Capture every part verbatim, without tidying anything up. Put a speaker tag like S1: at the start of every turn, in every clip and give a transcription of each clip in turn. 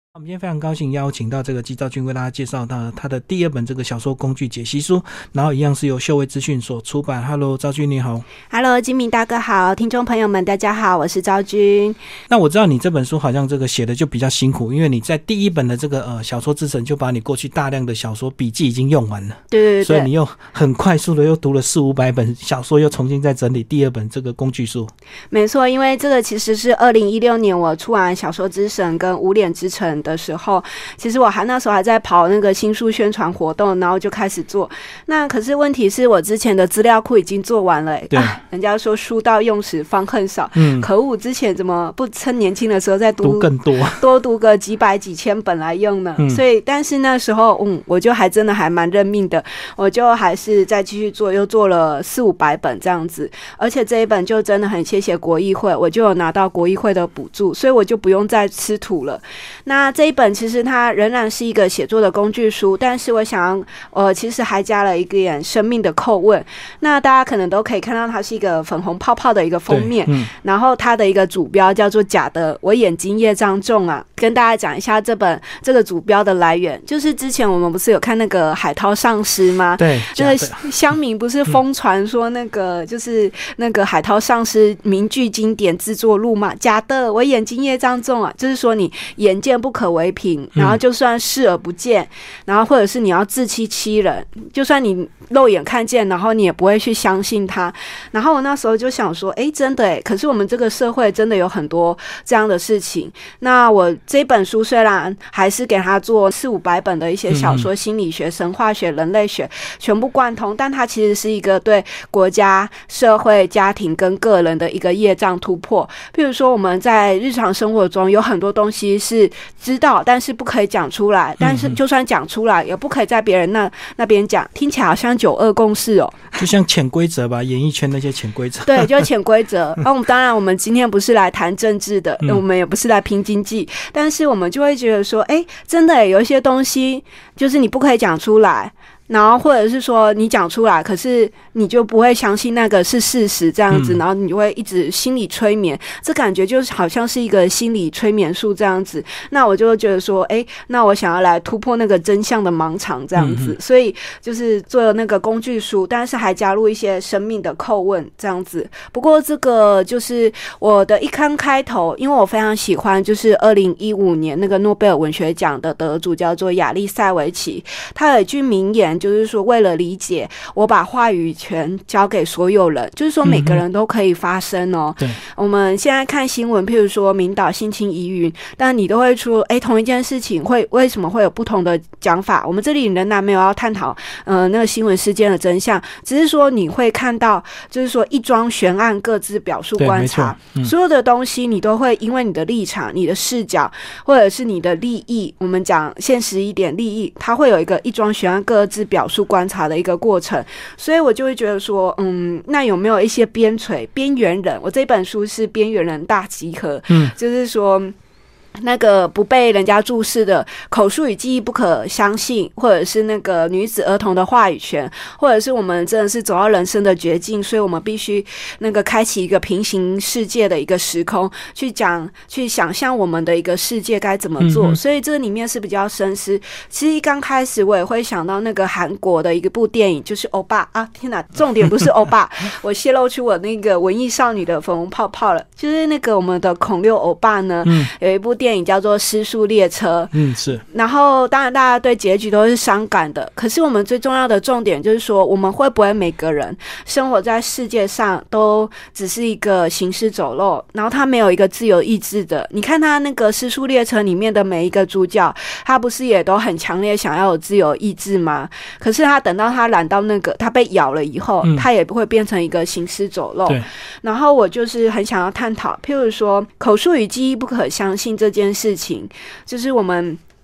S1: 我们今天非常高兴邀请到这个纪兆君为大家介绍他他的第二本这个小说工具解析书，然后一样是由秀威资讯所出版。Hello， 兆君你好。
S2: Hello， 金明大哥好，听众朋友们大家好，我是兆君。
S1: 那我知道你这本书好像这个写的就比较辛苦，因为你在第一本的这个呃小说之城就把你过去大量的小说笔记已经用完了，
S2: 对对对，
S1: 所以你又很快速的又读了四五百本小说，又重新再整理第二本这个工具书。
S2: 没错，因为这个其实是二零一六年我出完小说之神跟无脸之城的时候。其实我还那时候还在跑那个新书宣传活动，然后就开始做。那可是问题是我之前的资料库已经做完了、欸，对、啊，人家说书到用时方恨少，嗯，可恶，之前怎么不趁年轻的时候再读,
S1: 读更多，
S2: 多读个几百几千本来用呢？嗯、所以，但是那时候，嗯，我就还真的还蛮认命的，我就还是再继续做，又做了四五百本这样子。而且这一本就真的很谢谢国议会，我就有拿到国议会的补助，所以我就不用再吃土了。那这一本其实它仍然是一个写作的工具书，但是我想呃，其实还加了一点生命的叩问。那大家可能都可以看到它是一个粉红泡泡的一个封面、嗯、然后它的一个主标叫做假的我眼睛业障重啊。跟大家讲一下这本这个主标的来源，就是之前我们不是有看那个海涛丧尸吗？
S1: 对，
S2: 那个乡民不是疯传说那个、嗯、就是那个海涛丧尸名句经典制作录嘛，假的我眼睛业障重啊，就是说你眼见不可为凭，然后就算视而不见，然后或者是你要自欺欺人，就算你肉眼看见，然后你也不会去相信他。然后我那时候就想说，哎，真的哎，可是我们这个社会真的有很多这样的事情。那我这本书虽然还是给他做四五百本的一些小说，心理学、神话学、人类学全部贯通，但它其实是一个对国家、社会、家庭跟个人的一个业障突破。譬如说我们在日常生活中有很多东西是知道，但是不可以讲出来，但是就算讲出来也不可以在别人那那边讲，听起来好像九二共识哦，
S1: 就像潜规则吧，演艺圈那些潜规则。
S2: 对，就是潜规则。那、啊、我们当然我们今天不是来谈政治的、嗯、我们也不是来拼经济，但是我们就会觉得说，哎，真的有一些东西就是你不可以讲出来，然后或者是说你讲出来，可是你就不会相信那个是事实这样子、嗯、然后你就会一直心理催眠，这感觉就是好像是一个心理催眠术这样子。那我就觉得说，哎，那我想要来突破那个真相的盲场这样子、嗯、所以就是做了那个工具书，但是还加入一些生命的叩问这样子。不过这个就是我的一刊开头，因为我非常喜欢就是二零一五年那个诺贝尔文学奖的得主叫做亚历塞维奇，他有一句名言，就是说为了理解，我把话语权交给所有人，就是说每个人都可以发声哦。对、嗯，我们现在看新闻，譬如说明岛性侵疑云，但你都会说，哎，同一件事情会为什么会有不同的讲法？我们这里仍然没有要探讨，呃，那个新闻事件的真相，只是说你会看到，就是说一桩悬案各自表述观察，嗯、所有的东西你都会因为你的立场、你的视角，或者是你的利益，我们讲现实一点利益，它会有一个一桩悬案各自表述观察的一个过程，所以我就会觉得说，嗯，那有没有一些边陲、边缘人？我这本书是边缘人大集合，嗯，就是说。那个不被人家注视的口述与记忆不可相信，或者是那个女子儿童的话语权，或者是我们真的是走到人生的绝境，所以我们必须那个开启一个平行世界的一个时空，去讲去想象我们的一个世界该怎么做、嗯、所以这里面是比较深思。其实刚开始我也会想到那个韩国的一个部电影，就是欧巴啊，天哪，重点不是欧巴我泄露出我那个文艺少女的粉红泡泡了，就是那个我们的孔六欧巴呢、嗯、有一部电影叫做《失速列车》，嗯，是。然后当然大家对结局都是伤感的，可是我们最重要的重点就是说，我们会不会每个人生活在世界上都只是一个行尸走肉，然后他没有一个自由意志的？你看他那个《失速列车》里面的每一个主角，他不是也都很强烈想要有自由意志吗？可是他等到他染到那个他被咬了以后、嗯、他也不会变成一个行尸走肉。然后我就是很想要探讨，譬如说口述与记忆不可相信这件事情，就是我们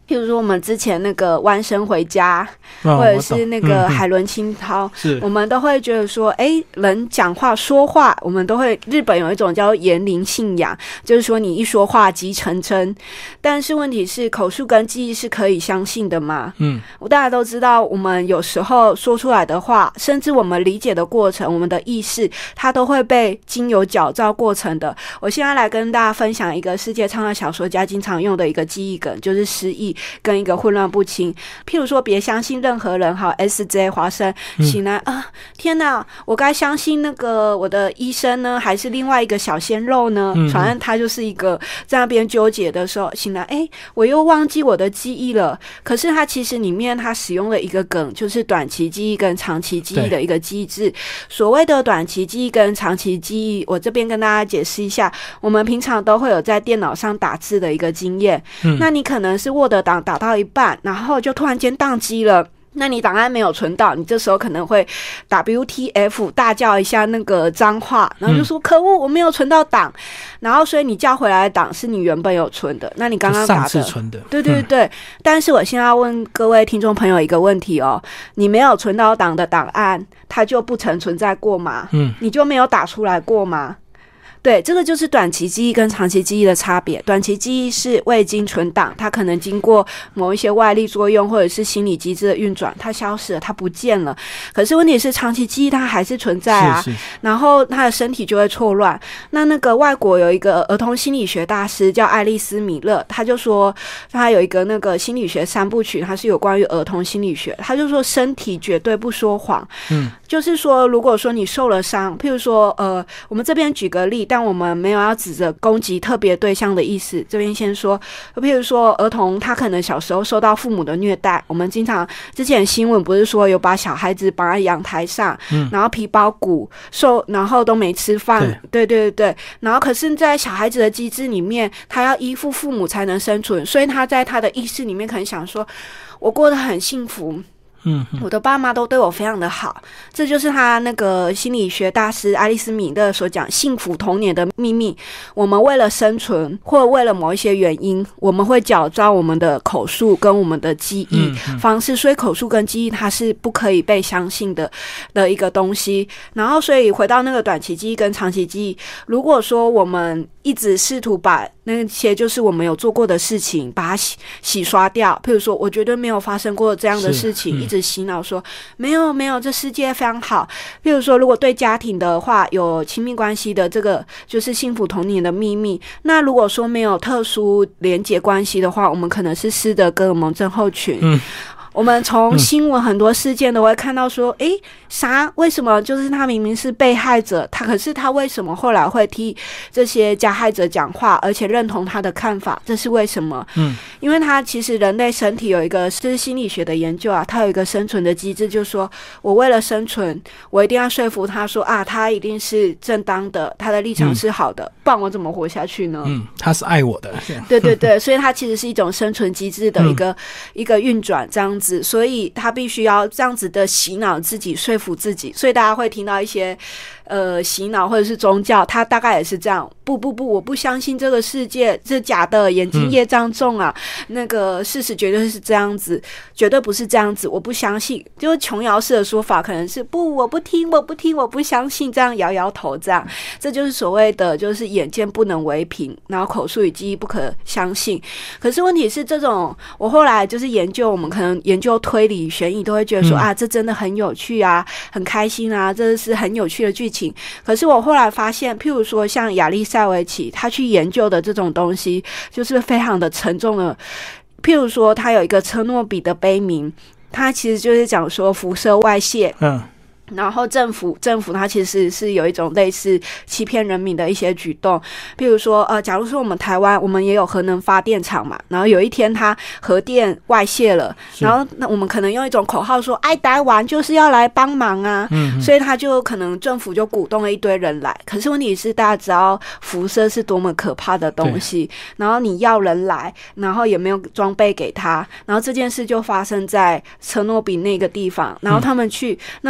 S2: 譬如说我们之前那个弯身回家、哦、或者是那个海伦清涛、嗯、我们都会觉得说哎，人讲话说话我们都会，日本有一种叫言灵信仰，就是说你一说话即成真，但是问题是口述跟记忆是可以相信的吗？嗯，大家都知道我们有时候说出来的话，甚至我们理解的过程，我们的意识它都会被经由矫造过程的。我现在来跟大家分享一个世界畅销小说家经常用的一个记忆梗，就是失忆跟一个混乱不清。譬如说别相信任何人，好 S J 华生醒来、嗯、啊，天哪，我该相信那个我的医生呢，还是另外一个小鲜肉呢？嗯、反正他就是一个在那边纠结的时候醒来，哎，我又忘记我的记忆了。可是他其实里面他使用了一个梗，就是短期记忆跟长期记忆的一个机制。所谓的短期记忆跟长期记忆，我这边跟大家解释一下，我们平常都会有在电脑上打字的一个经验、嗯、那你可能是 Word 档打到一半，然后就突然间宕机了，那你档案没有存到，你这时候可能会 W T F 大叫一下那个脏话，然后就说、嗯、可恶我没有存到档，然后所以你叫回来的档是你原本有存的，那你刚刚打的
S1: 上次存的，
S2: 对对对、嗯、但是我现在要问各位听众朋友一个问题哦，你没有存到档的档案它就不曾存在过吗？嗯，你就没有打出来过吗？对，这个就是短期记忆跟长期记忆的差别。短期记忆是未经存档，它可能经过某一些外力作用或者是心理机制的运转，它消失了，它不见了。可是问题是长期记忆它还是存在啊，是是，然后他的身体就会错乱。那那个外国有一个儿童心理学大师叫爱丽丝米勒，他就说他有一个那个心理学三部曲，它是有关于儿童心理学，他就说身体绝对不说谎。嗯，就是说如果说你受了伤，譬如说呃，我们这边举个例，但我们没有要指着攻击特别对象的意思，这边先说，譬如说儿童他可能小时候受到父母的虐待，我们经常之前新闻不是说有把小孩子绑在阳台上、嗯、然后皮包骨受，然后都没吃饭，对对对对，然后可是在小孩子的机制里面，他要依附父母才能生存，所以他在他的意识里面可能想说我过得很幸福，嗯，我的爸妈都对我非常的好，这就是他那个心理学大师爱丽丝米勒所讲幸福童年的秘密。我们为了生存或为了某一些原因，我们会矫造我们的口述跟我们的记忆方式、嗯嗯、所以口述跟记忆它是不可以被相信的的一个东西。然后所以回到那个短期记忆跟长期记忆，如果说我们一直试图把那些就是我们有做过的事情把它洗洗刷掉，譬如说我绝对没有发生过这样的事情、嗯、一直洗脑说没有没有这世界非常好。譬如说如果对家庭的话有亲密关系的，这个就是幸福童年的秘密。那如果说没有特殊连结关系的话，我们可能是斯德哥尔摩症候群。嗯，我们从新闻很多事件都会看到说诶啥为什么就是他明明是被害者，他可是他为什么后来会替这些加害者讲话，而且认同他的看法，这是为什么？嗯，因为他其实人类身体有一个就是心理学的研究啊，他有一个生存的机制，就是说我为了生存我一定要说服他说啊他一定是正当的，他的立场是好的、嗯、不然我怎么活下去呢？嗯，
S1: 他是爱我的。
S2: 对对对，所以他其实是一种生存机制的一个、嗯、一个运转这样子，所以他必须要这样子的洗脑自己说服自己。所以大家会听到一些呃洗脑或者是宗教，他大概也是这样，不不不我不相信这个世界是假的，眼睛业障重啊、嗯、那个事实绝对是这样子，绝对不是这样子，我不相信。就是琼瑶式的说法可能是不我不听我不听我不相信，这样摇摇头，这样这就是所谓的就是眼见不能为凭，然后口述与记忆不可相信。可是问题是这种我后来就是研究，我们可能研究推理悬疑都会觉得说、嗯、啊这真的很有趣啊很开心啊，这是很有趣的剧情。可是我后来发现譬如说像亚历塞维奇他去研究的这种东西就是非常的沉重的，譬如说他有一个车诺比的悲鸣，他其实就是讲说辐射外泄，嗯，然后政府政府它其实是有一种类似欺骗人民的一些举动。譬如说呃，假如说我们台湾我们也有核能发电厂嘛，然后有一天它核电外泄了，然后那我们可能用一种口号说爱台湾就是要来帮忙啊、嗯、所以他就可能政府就鼓动了一堆人来。可是问题是大家知道辐射是多么可怕的东西，然后你要人来然后也没有装备给他，然后这件事就发生在车诺比那个地方，然后他们去、嗯、那辐射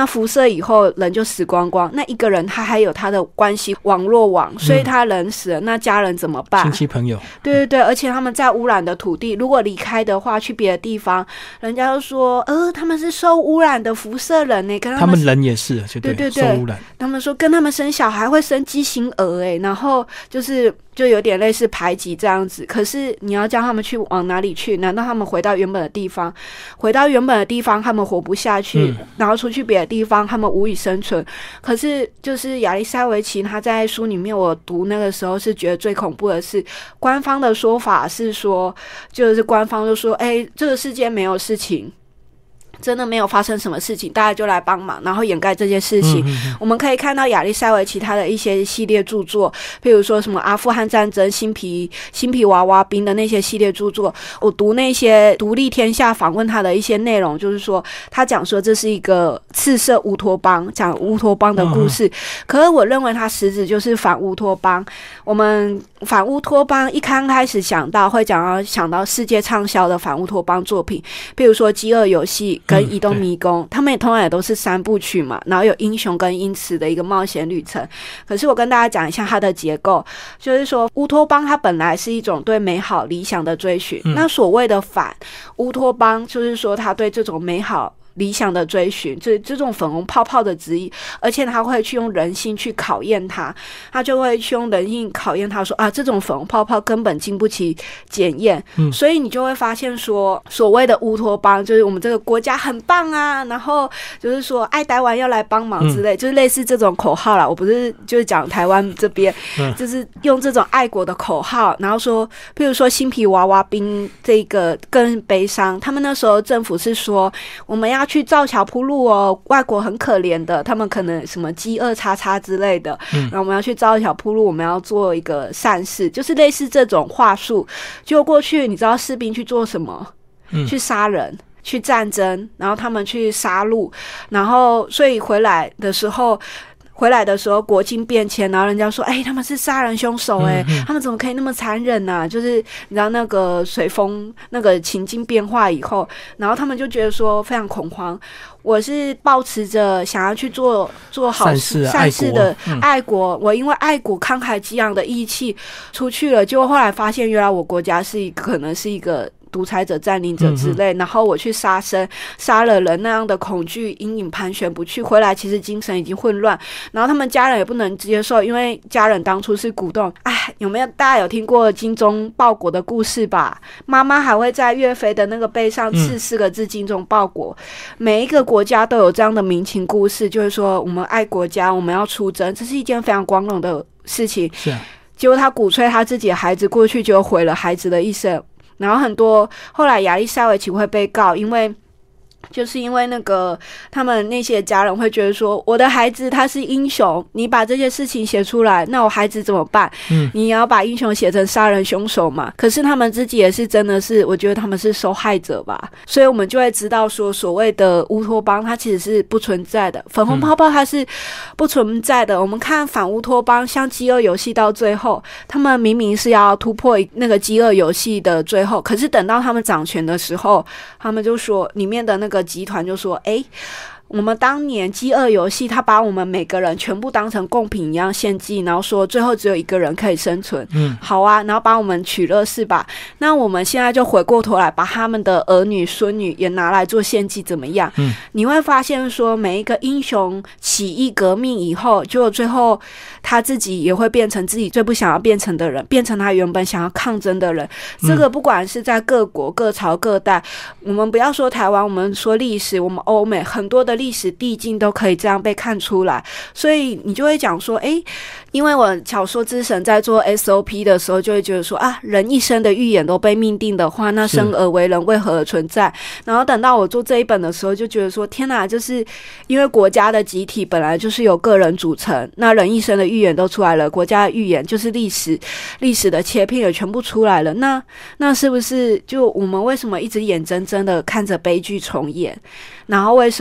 S2: 了以后人就死光光，那一个人他还有他的关系网络网，所以他人死了，那家人怎么办？
S1: 亲戚朋友，
S2: 对对对，而且他们在污染的土地，如果离开的话去别的地方，人家就说呃他们是受污染的辐射人呢，跟他们
S1: 他们人也是就 对,
S2: 对对对
S1: 受污染，
S2: 他们说跟他们生小孩会生畸形儿哎，然后就是就有点类似排挤这样子。可是你要叫他们去往哪里去？难道他们回到原本的地方？回到原本的地方他们活不下去，嗯、然后出去别的地方他们无以生存。可是就是亚历塞维奇他在书里面，我读那个时候是觉得最恐怖的是，官方的说法是说，就是官方就说，哎，这个世界没有事情。真的没有发生什么事情，大家就来帮忙，然后掩盖这件事情。嗯嗯嗯，我们可以看到亚历塞维奇他的一些系列著作，譬如说什么阿富汗战争、新皮新皮娃娃兵的那些系列著作。我读那些独立天下访问他的一些内容，就是说他讲说这是一个赤色乌托邦，讲乌托邦的故事。嗯嗯，可是我认为他实质就是反乌托邦。我们反乌托邦一刚开始想到会讲到想到世界畅销的反乌托邦作品，譬如说饥饿游戏跟移动迷宫，嗯、他们也通常也都是三部曲嘛，然后有英雄跟因此的一个冒险旅程。可是我跟大家讲一下它的结构，就是说乌托邦它本来是一种对美好理想的追寻，嗯、那所谓的反乌托邦就是说他对这种美好理想的追寻，这这种粉红泡泡的质疑，而且他会去用人性去考验它，他就会去用人性考验它，说啊，这种粉红泡泡根本经不起检验。嗯，所以你就会发现说，所谓的乌托邦就是我们这个国家很棒啊，然后就是说爱台湾要来帮忙之类，嗯、就是类似这种口号啦。我不是就是讲台湾这边，嗯、就是用这种爱国的口号，然后说，譬如说新皮娃娃兵这个更悲伤，他们那时候政府是说我们要去造桥铺路哦，外国很可怜的，他们可能什么饥饿叉叉之类的，嗯、然后我们要去造桥铺路，我们要做一个善事，就是类似这种话术。结果过去你知道士兵去做什么？嗯、去杀人，去战争，然后他们去杀戮，然后所以回来的时候。回来的时候国境变迁，然后人家说哎、欸，他们是杀人凶手哎、欸嗯，他们怎么可以那么残忍啊？就是你知道那个随风那个情境变化以后，然后他们就觉得说非常恐慌。我是抱持着想要去做做好事善事的爱国、嗯、我因为爱国慷慨激昂的义气出去了，结果后来发现原来我国家是一个可能是一个独裁者占领者之类、嗯、然后我去杀生杀了人，那样的恐惧阴影盘旋不去，回来其实精神已经混乱，然后他们家人也不能接受，因为家人当初是鼓动，哎，有没有大家有听过精忠报国的故事吧？妈妈还会在岳飞的那个背上刺四个字精忠报国、嗯、每一个国家都有这样的民情故事，就是说我们爱国家，我们要出征，这是一件非常光荣的事情。是啊，结果他鼓吹他自己的孩子过去就毁了孩子的一生，然后很多后来亚历塞维奇会被告，因为就是因为那个他们那些家人会觉得说，我的孩子他是英雄，你把这些事情写出来，那我孩子怎么办？嗯，你要把英雄写成杀人凶手嘛？可是他们自己也是真的是，我觉得他们是受害者吧，所以我们就会知道说，所谓的乌托邦它其实是不存在的，粉红泡泡它是不存在的。嗯、我们看反乌托邦，像饥饿游戏到最后，他们明明是要突破那个饥饿游戏的最后，可是等到他们掌权的时候，他们就说里面的那个集团就说，哎，我们当年饥饿游戏他把我们每个人全部当成贡品一样献祭，然后说最后只有一个人可以生存，嗯，好啊，然后把我们取乐是吧？那我们现在就回过头来把他们的儿女孙女也拿来做献祭怎么样？嗯，你会发现说每一个英雄起义革命以后，就最后他自己也会变成自己最不想要变成的人，变成他原本想要抗争的人。这个不管是在各国各朝各代，我们不要说台湾，我们说历史，我们欧美很多的历史递进都可以这样被看出来，所以你就会讲说，诶，因为我小说之神在做 S O P 的时候就会觉得说啊，人一生的预言都被命定的话，那生而为人为何而存在？然后等到我做这一本的时候就觉得说，天哪，就是因为国家的集体本来就是由个人组成，那人一生的预言都出来了，国家的预言就是历史历史的切片也全部出来了，那那是不是就我们为什么一直眼睁睁的看着悲剧重演？然后为什么我们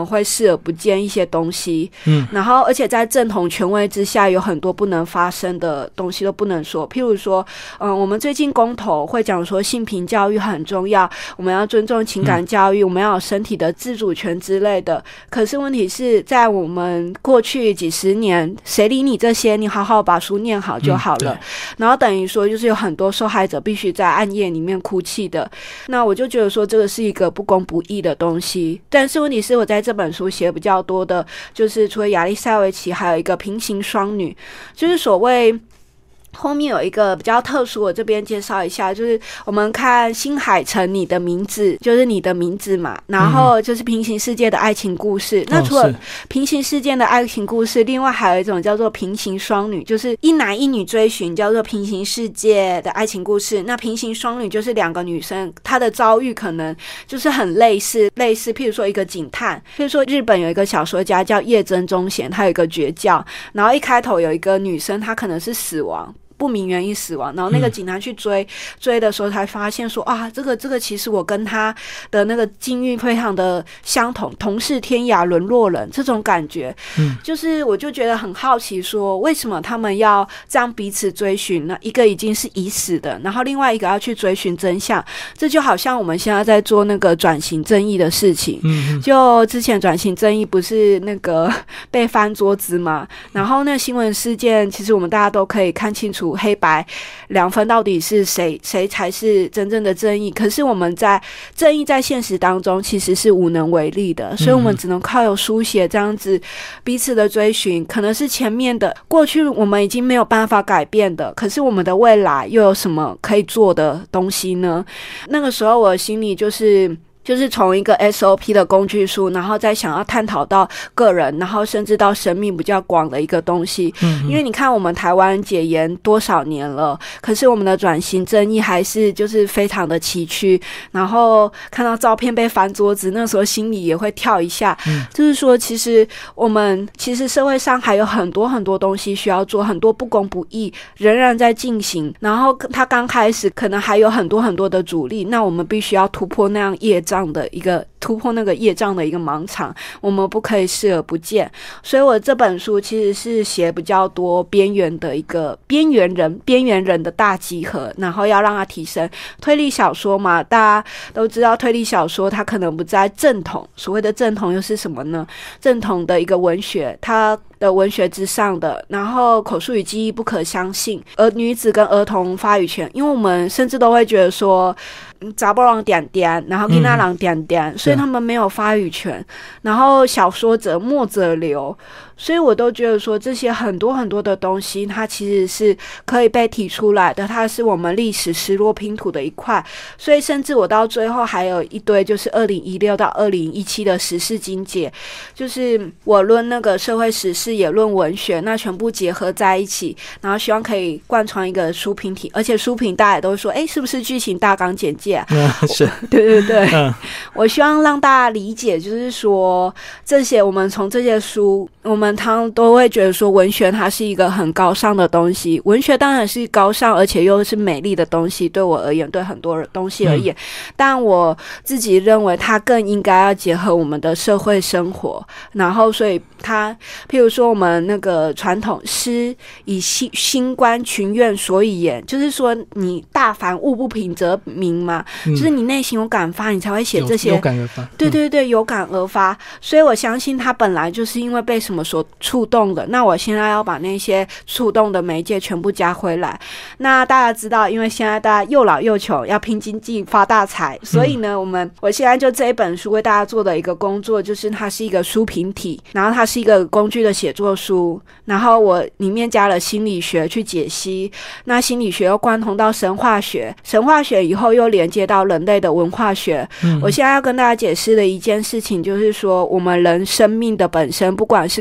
S2: 们会视而不见一些东西，
S1: 嗯，
S2: 然后而且在正统权威之下，有很多不能发生的东西都不能说。譬如说，嗯，我们最近公投会讲说性平教育很重要，我们要尊重情感教育，嗯、我们要有身体的自主权之类的。可是问题是在我们过去几十年，谁理你这些？你好好把书念好就好了。嗯、然后等于说，就是有很多受害者必须在暗夜里面哭泣的。那我就觉得说，这个是一个不公不义的东西。但是问题是我在这本书写比较多的，就是除了亚历塞维奇，还有一个平行双女，就是所谓。后面有一个比较特殊，我这边介绍一下，就是我们看新海诚你的名字，就是你的名字嘛，然后就是平行世界的爱情故事、嗯、那除了平行世界的爱情故事、哦、另外还有一种叫做平行双女，就是一男一女追寻，叫做平行世界的爱情故事。那平行双女就是两个女生，她的遭遇可能就是很类似类似譬如说一个警探，譬如说日本有一个小说家叫叶真忠贤，他有一个绝教，然后一开头有一个女生，她可能是死亡不明原因死亡，然后那个警察去追、嗯、追的时候才发现说啊，这个这个其实我跟他的那个境遇非常的相同，同是天涯沦落人，这种感觉、嗯、就是我就觉得很好奇说为什么他们要这样彼此追寻呢？一个已经是已死的，然后另外一个要去追寻真相，这就好像我们现在在做那个转型正义的事情、嗯、就之前转型正义不是那个被翻桌子嘛，然后那新闻事件其实我们大家都可以看清楚黑白两分到底是谁谁才是真正的正义，可是我们在正义在现实当中其实是无能为力的，所以我们只能靠有书写这样子彼此的追寻，可能是前面的过去我们已经没有办法改变的，可是我们的未来又有什么可以做的东西呢？那个时候我心里就是就是从一个 S O P 的工具书，然后再想要探讨到个人，然后甚至到生命比较广的一个东西。嗯，因为你看我们台湾解严多少年了，可是我们的转型正义还是就是非常的崎岖，然后看到照片被翻桌子，那时候心里也会跳一下。嗯，就是说其实我们其实社会上还有很多很多东西需要做，很多不公不义仍然在进行，然后它刚开始可能还有很多很多的阻力，那我们必须要突破那样业障的一个突破那个业障的一个盲场，我们不可以视而不见。所以我这本书其实是写比较多边缘的一个边缘人边缘人的大集合，然后要让它提升。推理小说嘛，大家都知道推理小说它可能不在正统，所谓的正统又是什么呢？正统的一个文学，它的文学之上的，然后口述与记忆不可相信，而女子跟儿童发语权，因为我们甚至都会觉得说查某人点点，然后囡仔人点点、嗯、所以他们没有发语权，然后小说者墨者流，所以我都觉得说这些很多很多的东西它其实是可以被提出来的，它是我们历史失落拼图的一块。所以甚至我到最后还有一堆就是二零一六到二零一七的时事经解，就是我论那个社会时事也论文学，那全部结合在一起，然后希望可以贯穿一个书评体，而且书评大家也都说诶是不是剧情大纲简介、啊
S1: 嗯、是
S2: 对对对、
S1: 嗯、
S2: 我希望让大家理解，就是说这些我们从这些书，我们常都会觉得说文学它是一个很高尚的东西，文学当然是高尚而且又是美丽的东西，对我而言，对很多东西而言、嗯、但我自己认为它更应该要结合我们的社会生活，然后所以它譬如说我们那个传统诗以星星观群怨所以言，就是说你大凡物不平则鸣嘛、嗯、就是你内心有感发你才会写这些，
S1: 有, 有感而发，
S2: 对对对、嗯、有感而发。所以我相信它本来就是因为被什么所触动的，那我现在要把那些触动的媒介全部加回来。那大家知道因为现在大家又老又穷，要拼经济发大财，所以呢我们我现在就这一本书为大家做的一个工作，就是它是一个书评体，然后它是一个工具的写作书，然后我里面加了心理学去解析，那心理学又贯通到神话学，神话学以后又连接到人类的文化学、嗯、我现在要跟大家解释的一件事情就是说，我们人生命的本身不管是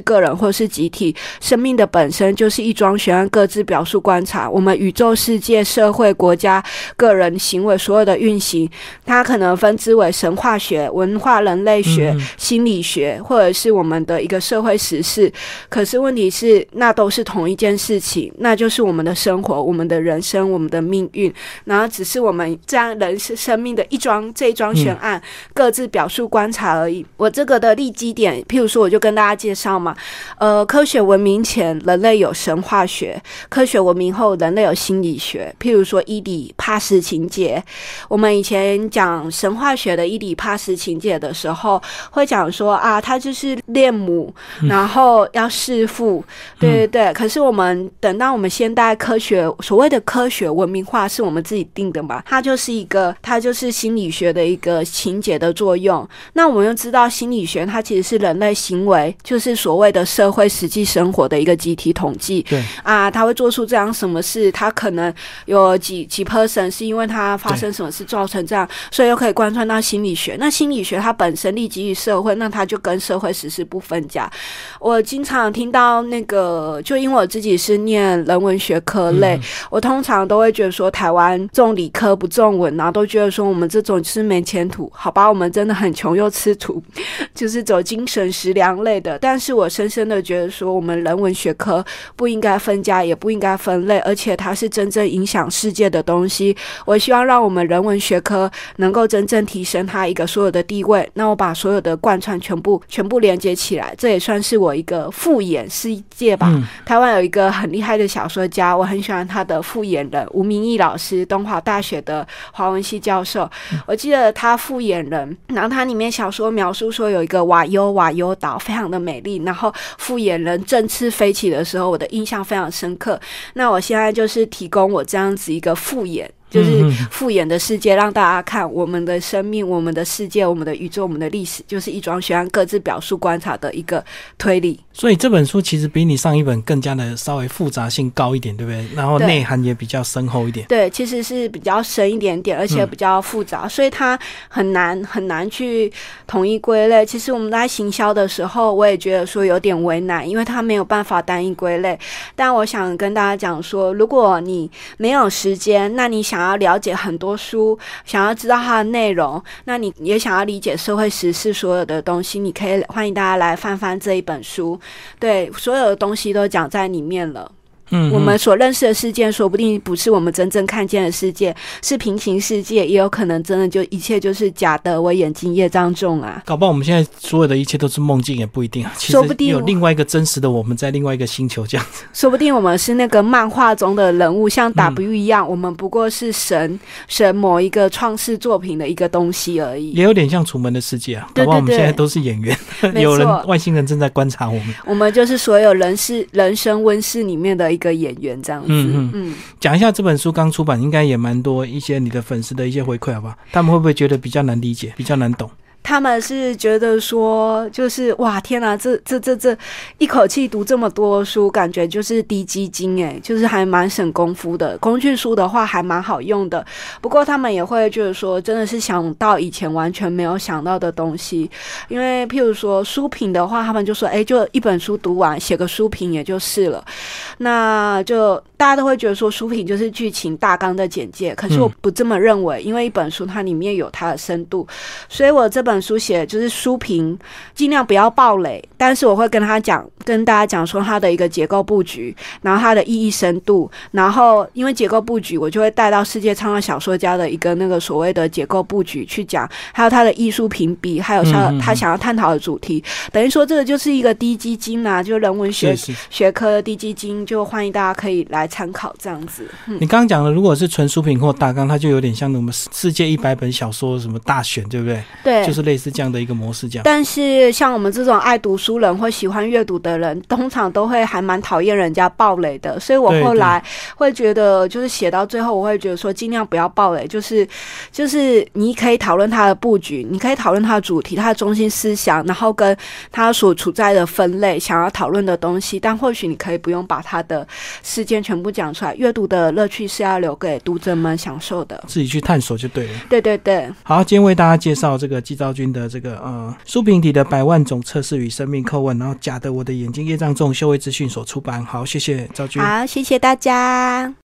S2: 是个人或者是集体，生命的本身就是一桩悬案，各自表述观察。我们宇宙世界、社会、国家、个人行为所有的运行，它可能分支为神话学、文化人类学、嗯、心理学，或者是我们的一个社会时事。可是问题是，那都是同一件事情，那就是我们的生活、我们的人生、我们的命运，然后只是我们这样人生命的一桩这一桩悬案、嗯、各自表述观察而已。我这个的立基点，譬如说我就跟大家介绍嘛，呃，科学文明前人类有神话学，科学文明后人类有心理学。譬如说伊底帕斯情节，我们以前讲神话学的伊底帕斯情节的时候，会讲说啊，他就是恋母，然后要弑父、嗯、对对对。可是我们等到我们现代科学，所谓的科学文明化是我们自己定的嘛，它就是一个它就是心理学的一个情节的作用。那我们又知道心理学它其实是人类行为，就是所谓的社会实际生活的一个集体统计。
S1: 对
S2: 啊，他会做出这样什么事，他可能有几几 percent 是因为他发生什么事造成这样，所以又可以贯穿到心理学。那心理学它本身立基于社会，那它就跟社会时事不分家。我经常听到那个，就因为我自己是念人文学科类、嗯、我通常都会觉得说台湾重理科不重文，然后都觉得说我们这种就是没前途。好吧，我们真的很穷又吃土，就是走精神食粮类的。但是我深深的觉得说，我们人文学科不应该分家，也不应该分类，而且它是真正影响世界的东西。我希望让我们人文学科能够真正提升它一个所有的地位。那我把所有的贯穿全部全部连接起来，这也算是我一个复眼世界吧、嗯、台湾有一个很厉害的小说家，我很喜欢他的复眼人吴明义老师，东华大学的华文系教授、嗯、我记得他复眼人，然后他里面小说描述说有一个瓦尤瓦尤岛非常的美丽，然后复眼人振翅飞起的时候，我的印象非常深刻。那我现在就是提供我这样子一个复眼，就是复眼的世界，让大家看我们的生命、我们的世界、我们的宇宙、我们的历史，就是一桩悬案，各自表述观察的一个推理。
S1: 所以这本书其实比你上一本更加的稍微复杂性高一点，对不对？然后内涵也比较深厚一点。
S2: 对，其实是比较深一点点，而且比较复杂、嗯、所以它很难很难去统一归类。其实我们在行销的时候，我也觉得说有点为难，因为它没有办法单一归类。但我想跟大家讲说，如果你没有时间，那你想要了解很多书，想要知道它的内容，那你也想要理解社会时事所有的东西，你可以欢迎大家来翻翻这一本书。对，所有的东西都讲在里面了。嗯，我们所认识的世界说不定不是我们真正看见的世界，是平行世界，也有可能真的就一切就是假的，我眼睛业障重啊。
S1: 搞不好我们现在所有的一切都是梦境，也不一定啊。其实有另外一个真实的我们在另外一个星球这样子。
S2: 说不定我们是那个漫画中的人物，像 W 一样、嗯、我们不过是神神某一个创世作品的一个东西而已。
S1: 也有点像楚门的世界啊。
S2: 对对对，
S1: 搞不好我们现在都是演员，有人外星人正在观察我们。
S2: 我们就是所有人世人生温室里面的一个演员这样子。嗯嗯，
S1: 讲一下这本书刚出版，应该也蛮多一些你的粉丝的一些回馈，好不好？他们会不会觉得比较难理解，比较难懂？
S2: 他们是觉得说，就是哇，天哪，这这这这一口气读这么多书，感觉就是低基金哎，就是还蛮省功夫的。工具书的话还蛮好用的，不过他们也会就是说，真的是想到以前完全没有想到的东西。因为譬如说书评的话，他们就说，哎，就一本书读完，写个书评也就是了。那就大家都会觉得说，书评就是剧情大纲的简介，可是我不这么认为，因为一本书它里面有它的深度，所以我这本。本书写的就是书评，尽量不要爆雷，但是我会跟他讲，跟大家讲说它的一个结构布局，然后它的意义深度，然后因为结构布局，我就会带到世界畅销小说家的一个那个所谓的结构布局去讲，还有他的艺术评比，还有他他想要探讨的主题，等于说这个就是一个低基金啊，就人文学学科的低基金，就欢迎大家可以来参考这样子。嗯、
S1: 你刚刚讲的，如果是纯书评或大纲，它就有点像我们世界一百本小说什么大选，对不对？
S2: 对，
S1: 就是类似这样的一个模式这样。
S2: 但是像我们这种爱读书人或喜欢阅读的人，通常都会还蛮讨厌人家爆雷的，所以我后来会觉得就是写到最后，我会觉得说尽量不要爆雷，就是就是你可以讨论它的布局，你可以讨论它的主题，它的中心思想，然后跟它所处在的分类想要讨论的东西，但或许你可以不用把它的事件全部讲出来，阅读的乐趣是要留给读者们享受的，
S1: 自己去探索就对了。
S2: 对对对。
S1: 好，今天为大家介绍这个纪昭昭君的这个呃苏平体的百万种测试与生命叩问，然后假的我的眼睛业障重，秀慧资讯所出版。好，谢谢昭君。
S2: 好，谢谢大家。